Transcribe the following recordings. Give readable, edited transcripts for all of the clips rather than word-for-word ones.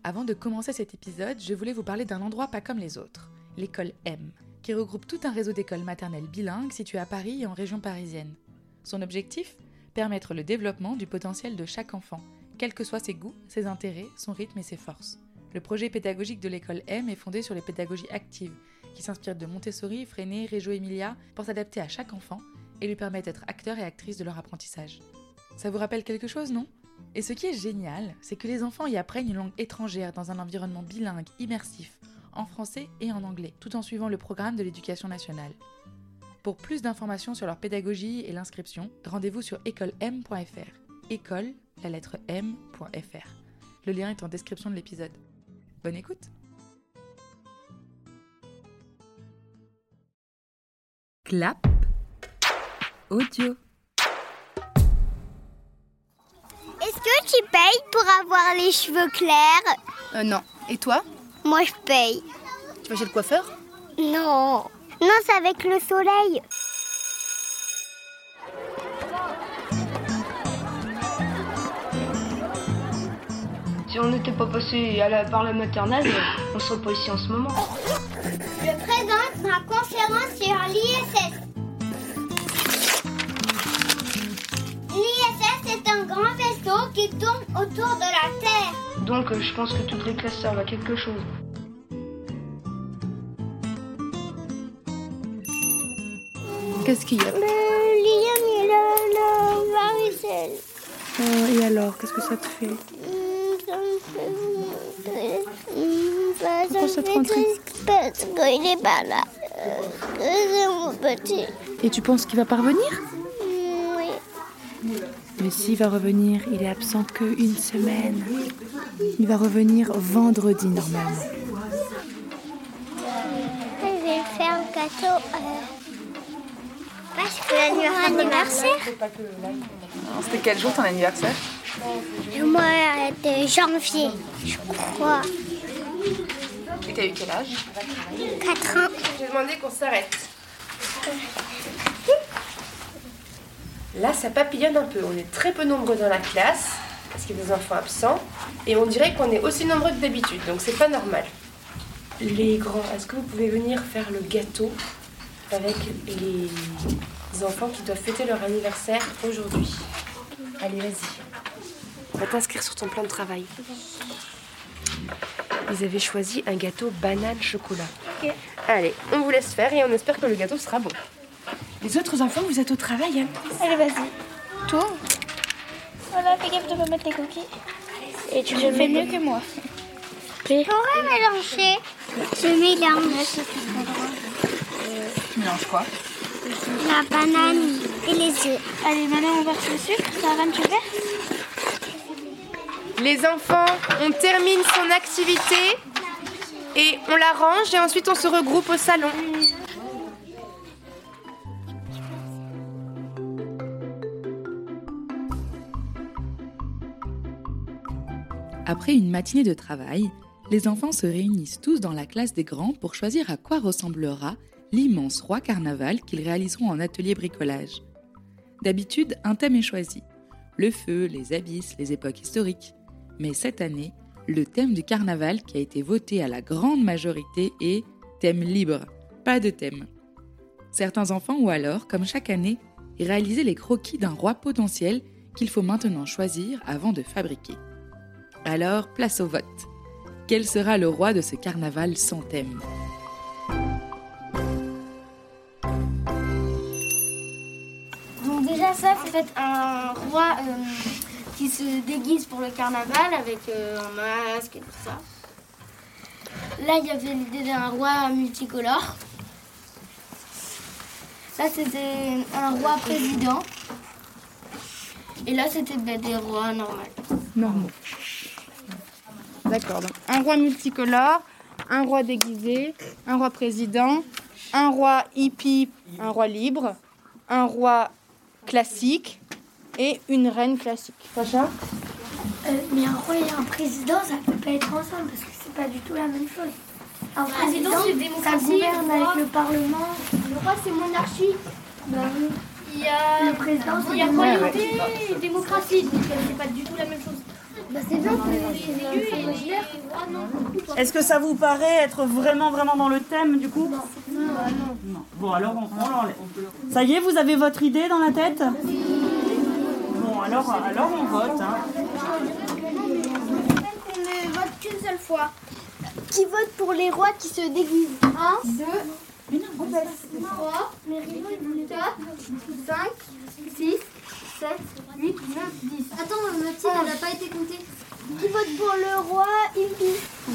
Avant de commencer cet épisode, je voulais vous parler d'un endroit pas comme les autres, l'école M, qui regroupe tout un réseau d'écoles maternelles bilingues situées à Paris et en région parisienne. Son objectif ? Permettre le développement du potentiel de chaque enfant, quels que soient ses goûts, ses intérêts, son rythme et ses forces. Le projet pédagogique de l'école M est fondé sur les pédagogies actives, qui s'inspirent de Montessori, Freinet, Reggio Emilia, pour s'adapter à chaque enfant et lui permettre d'être acteur et actrice de leur apprentissage. Ça vous rappelle quelque chose, non ? Et ce qui est génial, c'est que les enfants y apprennent une langue étrangère dans un environnement bilingue, immersif, en français et en anglais, tout en suivant le programme de l'éducation nationale. Pour plus d'informations sur leur pédagogie et l'inscription, rendez-vous sur écolem.fr. École, la lettre m.fr. Le lien est en description de l'épisode. Bonne écoute. Clap audio. Est-ce que tu payes pour avoir les cheveux clairs ? Non. Et toi ? Moi, je paye. Tu vas chez le coiffeur ? Non. Non, c'est avec le soleil. Si on n'était pas passé par la maternelle, on serait pas ici en ce moment. Je présente ma conférence sur l'ISS. L'ISS est un grand vaisseau qui tourne autour de la Terre. Donc je pense que toutes les classes servent à quelque chose. Qu'est-ce qu'il y a ? Liam, il a la varicelle. Et alors, qu'est-ce que ça te fait ? Ça me fait... Pourquoi ça te rend triste ? Parce qu'il n'est pas là. C'est mon petit. Et tu penses qu'il va pas revenir ? Oui. Mais s'il va revenir, il est absent qu'une semaine. Il va revenir vendredi normalement. Je vais faire un gâteau. Parce que mon anniversaire. C'était quel jour ton anniversaire ? Moi, de janvier, je crois. Et t'as eu quel âge ? 4 ans. J'ai demandé qu'on s'arrête. Là, ça papillonne un peu. On est très peu nombreux dans la classe, parce qu'il y a des enfants absents, et on dirait qu'on est aussi nombreux que d'habitude, donc c'est pas normal. Les grands, est-ce que vous pouvez venir faire le gâteau avec les enfants qui doivent fêter leur anniversaire aujourd'hui ? Allez, vas-y. On va t'inscrire sur ton plan de travail. Ils avaient choisi un gâteau banane chocolat. Ok. Allez, on vous laisse faire et on espère que le gâteau sera bon. Les autres enfants, vous êtes au travail, hein ? Allez, vas-y. Tourne. Voilà, fais gaffe de pas mettre les cookies. Et tu Je fais mieux que moi. On va mélanger. Je mélange. Tu mélanges quoi ? La banane et les œufs. Allez, maintenant on verse le sucre. Ça va, tu verses ? Les enfants, on termine son activité et on la range et ensuite on se regroupe au salon. Après une matinée de travail, les enfants se réunissent tous dans la classe des grands pour choisir à quoi ressemblera l'immense roi carnaval qu'ils réaliseront en atelier bricolage. D'habitude, un thème est choisi. Le feu, les abysses, les époques historiques. Mais cette année, le thème du carnaval qui a été voté à la grande majorité est thème libre, pas de thème. Certains enfants ont alors, comme chaque année, réalisé les croquis d'un roi potentiel qu'il faut maintenant choisir avant de fabriquer. Alors, place au vote. Quel sera le roi de ce carnaval sans thème ? Donc déjà ça, c'est fait un roi qui se déguise pour le carnaval avec un masque et tout ça. Là, il y avait l'idée d'un roi multicolore. Là, c'était un roi président. Et là, c'était des rois Normaux. D'accord, donc un roi multicolore, un roi déguisé, un roi président, un roi hippie, un roi libre, un roi classique et une reine classique. Sacha ? Mais un roi et un président, ça peut pas être ensemble parce que c'est pas du tout la même chose. Un président, c'est ça démocratie, gouverne le roi. avec le parlement. Le roi, c'est monarchie. Bah oui. Il y a Le président, c'est il y a le royauté et démocratie, donc c'est pas du tout la même chose. C'est bien que les imaginaire. Est-ce que ça vous paraît être vraiment dans le thème du coup? Non. Bon, alors on l'enlève. Ça y est, vous avez votre idée dans la tête? Bon, alors on vote. Hein. On ne vote qu'une seule fois. Qui vote pour les rois qui se déguisent? 1, 2, 3, 4, 5, 6, 7, 8, 9, 10. Attends, Mathilde, elle n'a pas été comptée. Qui vote pour le roi Impi?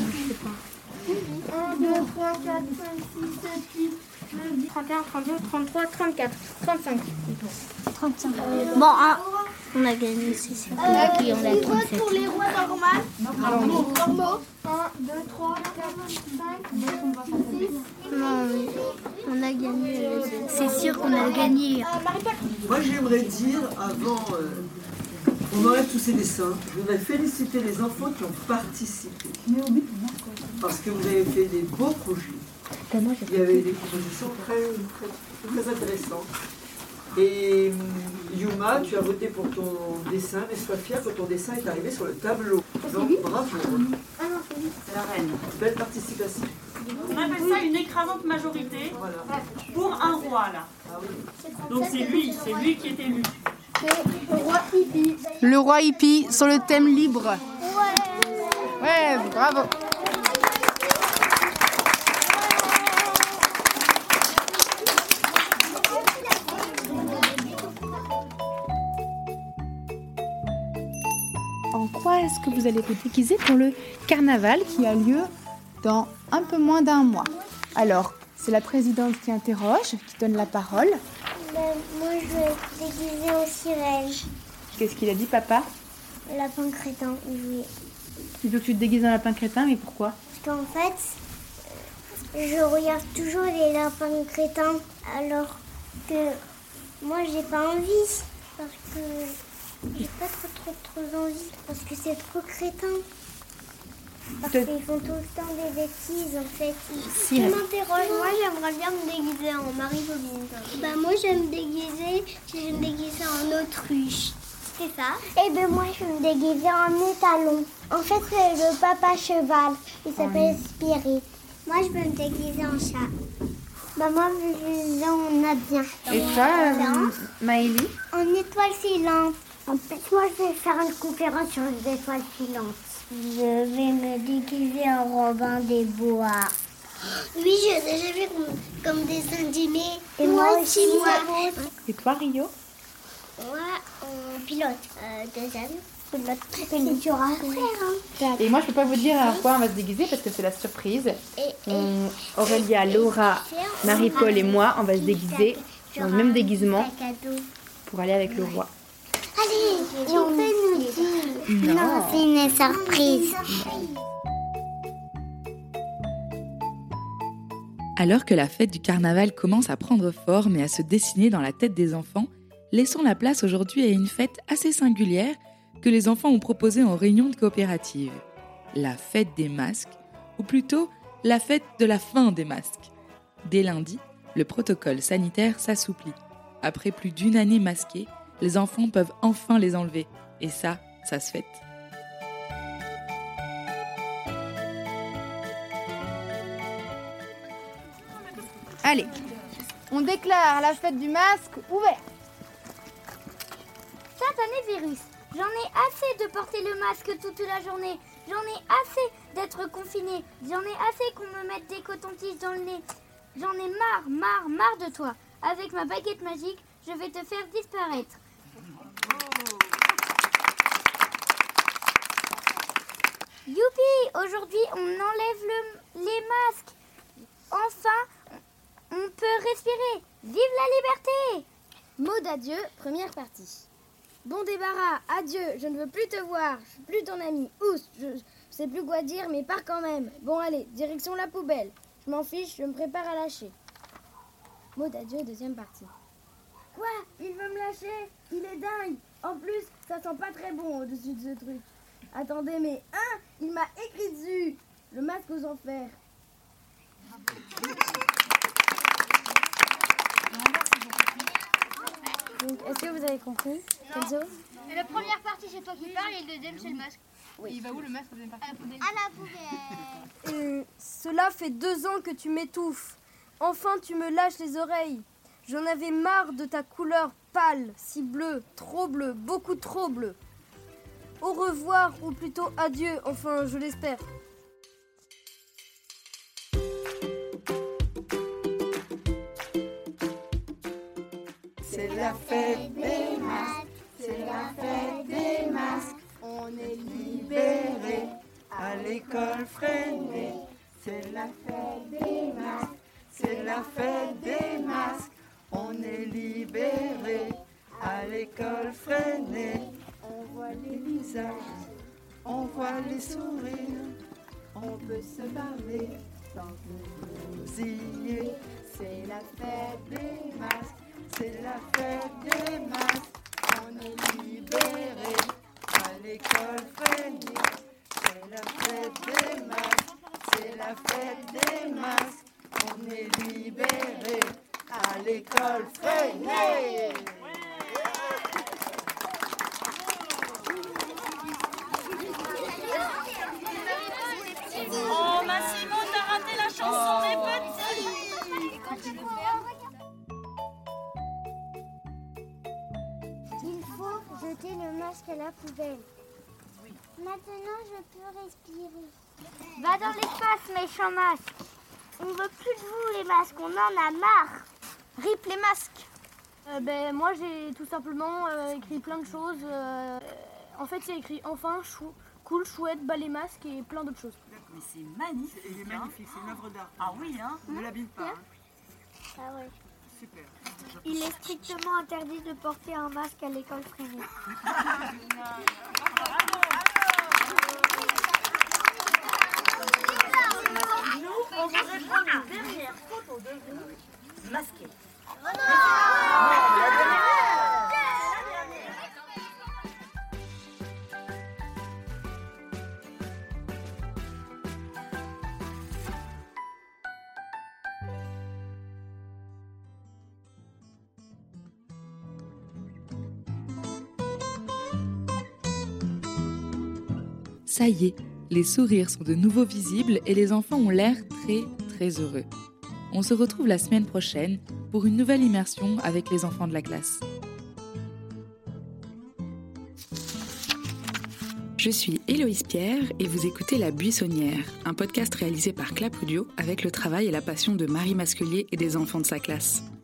1, 2, 3, 4, 5, 6, 7, 8, 9, 10, 31, 32, 33, 34, 35. 35. Bon, on a gagné, c'est sûr. Qui vote pour les rois normaux? 1, 2, 3, 4, 5, 6. On a gagné. C'est sûr qu'on a gagné. Moi, j'aimerais dire, avant on enlève tous ces dessins, je voudrais féliciter les enfants qui ont participé. Parce que vous avez fait des beaux projets. Il y avait des propositions très intéressantes. Et Yuma, tu as voté pour ton dessin, mais sois fière que ton dessin est arrivé sur le tableau. Donc bravo. C'est la reine. Belle participation. On appelle ça une écrasante majorité pour un roi là. Donc c'est lui qui est élu. C'est le roi Hippie. Le roi hippie sur le thème libre. Ouais, bravo. En quoi est-ce que vous allez vous déguiser pour le carnaval qui a lieu dans un peu moins d'un mois? Alors, c'est la présidente qui interroge, qui donne la parole. Moi, je vais déguiser en sirène. Qu'est-ce qu'il a dit, papa? Lapin crétin, oui. Il veut que tu te déguises en lapin crétin, mais pourquoi? Parce qu'en fait, je regarde toujours les lapins crétins, alors que moi, j'ai pas envie. Parce que j'ai pas trop envie. Parce que c'est trop crétin. Parce qu'ils font tout le temps des bêtises, en fait. Tu m'interroges. Moi, j'aimerais bien me déguiser en Marie-Pauline. Moi, je vais me déguiser en autruche. C'est ça. Et moi, je vais me déguiser en étalon. En fait, c'est le papa cheval. Il s'appelle Spirit. Moi, je vais me déguiser en chat. Moi, je vais me déguiser en indien. Et toi, Maëlie? En étoile filante. En fait, moi, je vais faire une conférence sur les étoiles filantes. Je vais me déguiser en Robin des Bois. Oui, j'ai déjà vu comme des animés. Et moi aussi, moi. Et toi, Rio? Moi, en pilote. Deuxième. Pilote. C'est dur à faire. Et moi, je peux pas vous dire à quoi on va se déguiser parce que c'est la surprise. Aurélia, Laura, Marie-Paul et moi, on va se déguiser dans le même déguisement pour aller avec le roi. Allez, et on peut nous dire. Non, c'est une surprise. Alors que la fête du carnaval commence à prendre forme et à se dessiner dans la tête des enfants, laissons la place aujourd'hui à une fête assez singulière que les enfants ont proposée en réunion de coopérative. La fête des masques, ou plutôt la fête de la fin des masques. Dès lundi, le protocole sanitaire s'assouplit. Après plus d'une année masqués, les enfants peuvent enfin les enlever. Et ça se fête. Allez, on déclare la fête du masque ouverte. Satané virus, j'en ai assez de porter le masque toute la journée. J'en ai assez d'être confinée. J'en ai assez qu'on me mette des cotons-tiges dans le nez. J'en ai marre de toi. Avec ma baguette magique, je vais te faire disparaître. Youpi! Aujourd'hui, on enlève les masques. Enfin, on peut respirer. Vive la liberté! Mot d'adieu, première partie. Bon débarras, adieu, je ne veux plus te voir, je suis plus ton ami. Oups, je sais plus quoi dire, mais pars quand même. Bon allez, direction la poubelle. Je m'en fiche, je me prépare à lâcher. Mot d'adieu, deuxième partie. Quoi? Il veut me lâcher? Il est dingue. En plus, ça sent pas très bon au-dessus de ce truc. Attendez, mais il m'a écrit dessus. Le masque aux enfers. Donc, est-ce que vous avez compris, Kenzo? La première partie, c'est toi qui parles et le deuxième, c'est le masque. Oui. Il va où le masque? À la poubelle. Cela fait 2 ans que tu m'étouffes. Enfin, tu me lâches les oreilles. J'en avais marre de ta couleur pâle, si bleue, trop bleue, beaucoup trop bleue. Au revoir, ou plutôt adieu, enfin, je l'espère. C'est la fête des masques, c'est la fête des masques. On est libérés à l'école Freinet. C'est la fête des masques, c'est la fête des masques. On est libérés à l'école Freinet. On voit les visages, on voit les sourires. On peut se parler sans bousiller. C'est la fête des masques. C'est la fête des masques, on est libérés à l'école Freinet. C'est la fête des masques, c'est la fête des masques, on est libérés à l'école Freinet. Oh Massimo, t'as raté la chanson des petits. Il faut jeter le masque à la poubelle. Oui. Maintenant, je peux respirer. Va dans l'espace, méchant masque. On veut plus de vous, les masques. On en a marre. Rip les masques. Moi, j'ai tout simplement écrit plein de choses. En fait, c'est écrit enfin, cool, chouette, balai masque et plein d'autres choses. Mais c'est magnifique. Il est magnifique, c'est une œuvre d'art. Ah oui, hein, ne l'abîme pas. Hein. Ah ouais. Super. Il est strictement interdit de porter un masque à l'école Freinet. Nous, on voudrait prendre une dernière photo de vous masquée. Ça y est, les sourires sont de nouveau visibles et les enfants ont l'air très très heureux. On se retrouve la semaine prochaine pour une nouvelle immersion avec les enfants de la classe. Je suis Héloïse Pierre et vous écoutez La Buissonnière, un podcast réalisé par Clap Audio avec le travail et la passion de Marie Masquelier et des enfants de sa classe.